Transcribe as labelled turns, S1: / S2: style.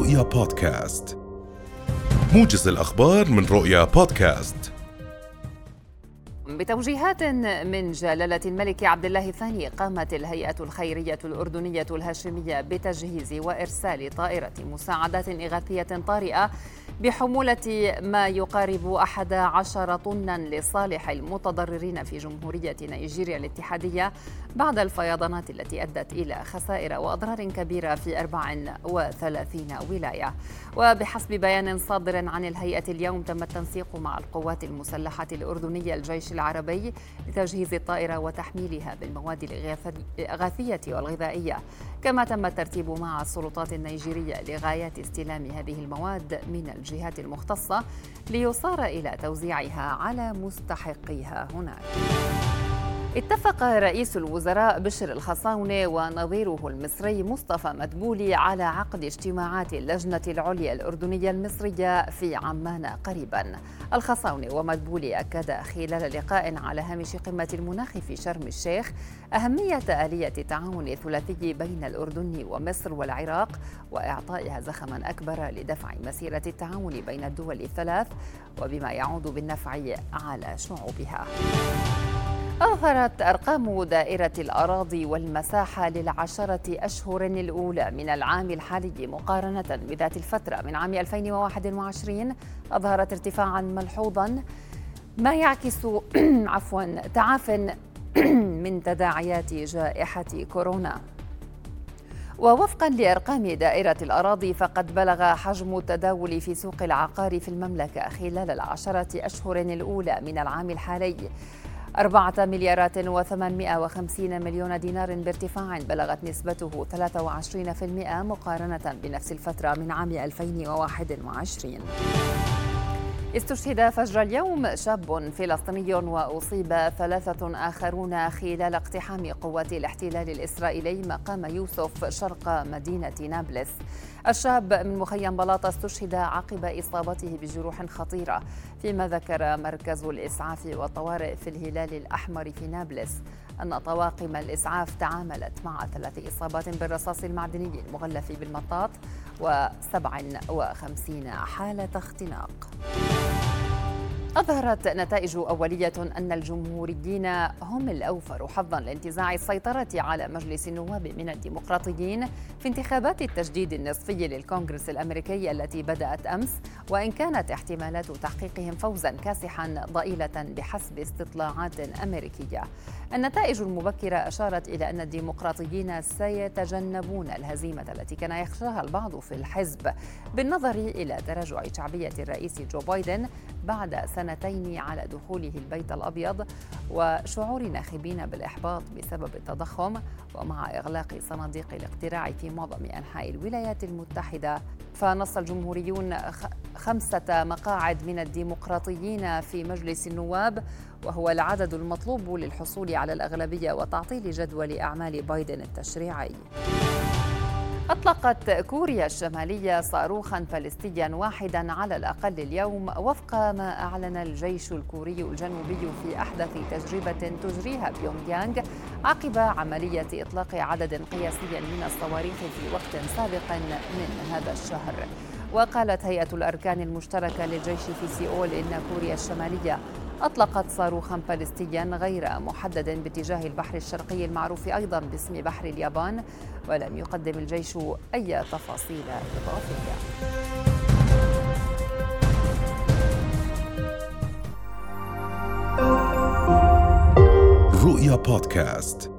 S1: رؤيا بودكاست، موجز الأخبار من رؤيا بودكاست.
S2: بتوجيهات من جلالة الملك عبد الله الثاني، قامت الهيئة الخيرية الأردنية الهاشمية بتجهيز وإرسال طائرة مساعدات إغاثية طارئة بحمولة ما يقارب 11 طناً لصالح المتضررين في جمهورية نيجيريا الاتحادية بعد الفيضانات التي أدت إلى خسائر وأضرار كبيرة في 34 ولاية. وبحسب بيان صادر عن الهيئة اليوم، تم التنسيق مع القوات المسلحة الأردنية الجيش العربي لتجهيز الطائرة وتحميلها بالمواد الإغاثية والغذائية، كما تم الترتيب مع السلطات النيجيرية لغاية استلام هذه المواد من الجهات المختصة ليصار إلى توزيعها على مستحقيها هناك. اتفق رئيس الوزراء بشر الخصاونة ونظيره المصري مصطفى مدبولي على عقد اجتماعات اللجنة العليا الأردنية المصرية في عمان قريبا. الخصاونة ومدبولي أكد خلال لقاء على هامش قمة المناخ في شرم الشيخ أهمية آلية التعاون الثلاثي بين الأردن ومصر والعراق، وإعطائها زخما أكبر لدفع مسيرة التعاون بين الدول الثلاث وبما يعود بالنفع على شعوبها. أظهرت أرقام دائرة الأراضي والمساحة لل10 أشهر الأولى من العام الحالي مقارنة بذات الفترة من عام 2021 أظهرت ارتفاعا ملحوظا ما يعكس تعافٍ من تداعيات جائحة كورونا. ووفقا لأرقام دائرة الأراضي، فقد بلغ حجم التداول في سوق العقار في المملكة خلال 10 أشهر الأولى من العام الحالي 4,850 مليون دينار، بارتفاع بلغت نسبته 23% مقارنة بنفس الفترة من عام 2021. استشهد فجر اليوم شاب فلسطيني وأصيب 3 آخرون خلال اقتحام قوات الاحتلال الإسرائيلي مقام يوسف شرق مدينة نابلس. الشاب من مخيم بلاطة استشهد عقب إصابته بجروح خطيرة، فيما ذكر مركز الإسعاف والطوارئ في الهلال الأحمر في نابلس أن طواقم الإسعاف تعاملت مع 3 إصابات بالرصاص المعدني المغلف بالمطاط و57 حالة اختناق. أظهرت نتائج أولية أن الجمهوريين هم الأوفر حظاً لانتزاع السيطرة على مجلس النواب من الديمقراطيين في انتخابات التجديد النصفي للكونغرس الأمريكي التي بدأت أمس، وإن كانت احتمالات تحقيقهم فوزاً كاسحاً ضئيلة بحسب استطلاعات أمريكية. النتائج المبكرة أشارت إلى أن الديمقراطيين سيتجنبون الهزيمة التي كان يخشاها البعض في الحزب بالنظر إلى تراجع شعبية الرئيس جو بايدن بعد 2 على دخوله البيت الأبيض، وشعور ناخبين بالإحباط بسبب التضخم، ومع إغلاق صناديق الاقتراع في معظم أنحاء الولايات المتحدة. فنص الجمهوريون 5 مقاعد من الديمقراطيين في مجلس النواب، وهو العدد المطلوب للحصول على الأغلبية وتعطيل جدول أعمال بايدن التشريعي. أطلقت كوريا الشمالية صاروخاً فلسطينياً واحداً على الأقل اليوم، وفق ما أعلن الجيش الكوري الجنوبي في أحدث تجربة تجريها بيونغ يانغ عقب عملية إطلاق عدد قياسي من الصواريخ في وقت سابق من هذا الشهر. وقالت هيئة الأركان المشتركة للجيش في سيئول إن كوريا الشمالية أطلقت صاروخاً فلسطينياً غير محدد باتجاه البحر الشرقي المعروف أيضاً باسم بحر اليابان، ولم يقدم الجيش أي تفاصيل إضافية.
S1: رؤيا بودكاست.